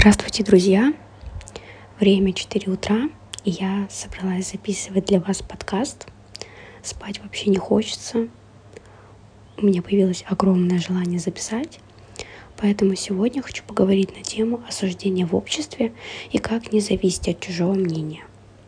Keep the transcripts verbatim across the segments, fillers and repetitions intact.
Здравствуйте, друзья! Время четыре утра, и я собралась записывать для вас подкаст. Спать вообще не хочется. У меня появилось огромное желание записать. Поэтому сегодня хочу поговорить на тему осуждения в обществе и как не зависеть от чужого мнения.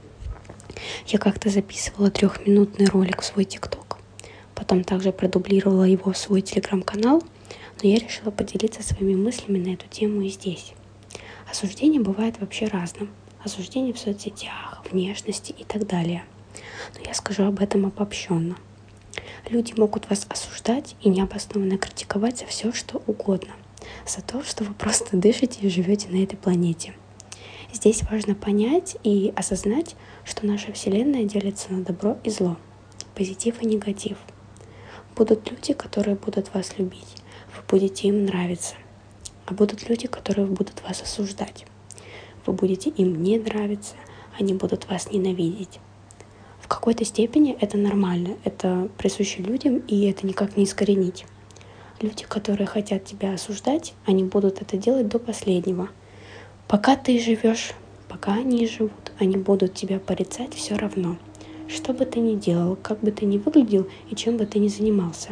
Я как-то записывала трехминутный ролик в свой ТикТок. Потом также продублировала его в свой Телеграм-канал, но я решила поделиться своими мыслями на эту тему и здесь. Осуждение бывает вообще разным. Осуждение в соцсетях, внешности и так далее. Но я скажу об этом обобщенно. Люди могут вас осуждать и необоснованно критиковать за все, что угодно. За то, что вы просто дышите и живете на этой планете. Здесь важно понять и осознать, что наша Вселенная делится на добро и зло, позитив и негатив. Будут люди, которые будут вас любить, вы будете им нравиться. А будут люди, которые будут вас осуждать. Вы будете им не нравиться, они будут вас ненавидеть. В какой-то степени это нормально, это присуще людям, и это никак не искоренить. Люди, которые хотят тебя осуждать, они будут это делать до последнего. Пока ты живешь, пока они живут, они будут тебя порицать все равно. Что бы ты ни делал, как бы ты ни выглядел и чем бы ты ни занимался.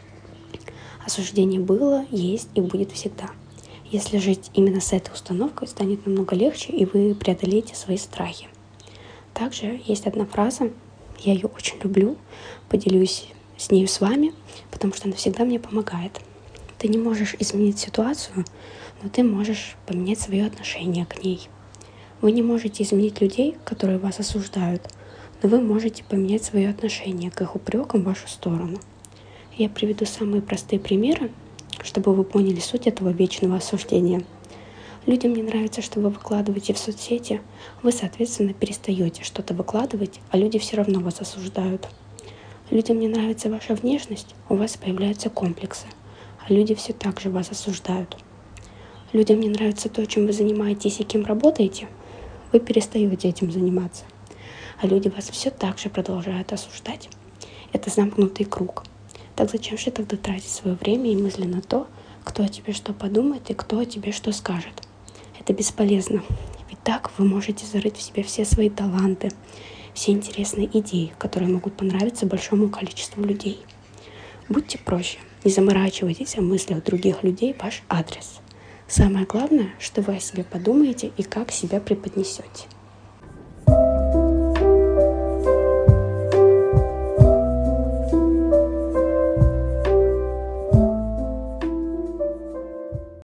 Осуждение было, есть и будет всегда. Если жить именно с этой установкой, станет намного легче, и вы преодолеете свои страхи. Также есть одна фраза, я ее очень люблю, поделюсь с нею с вами, потому что она всегда мне помогает. Ты не можешь изменить ситуацию, но ты можешь поменять свое отношение к ней. Вы не можете изменить людей, которые вас осуждают, но вы можете поменять свое отношение к их упрекам в вашу сторону. Я приведу самые простые примеры, чтобы вы поняли суть этого вечного осуждения. Людям не нравится, что вы выкладываете в соцсети, вы, соответственно, перестаете что-то выкладывать, а люди все равно вас осуждают. Людям не нравится ваша внешность, у вас появляются комплексы, а люди все так же вас осуждают. Людям не нравится то, чем вы занимаетесь и кем работаете, вы перестаете этим заниматься, а люди вас все так же продолжают осуждать. Это замкнутый круг. Так зачем же тогда тратить свое время и мысли на то, кто о тебе что подумает и кто о тебе что скажет? Это бесполезно. Ведь так вы можете зарыть в себе все свои таланты, все интересные идеи, которые могут понравиться большому количеству людей. Будьте проще, не заморачивайтесь о мыслях других людей в ваш адрес. Самое главное, что вы о себе подумаете и как себя преподнесете.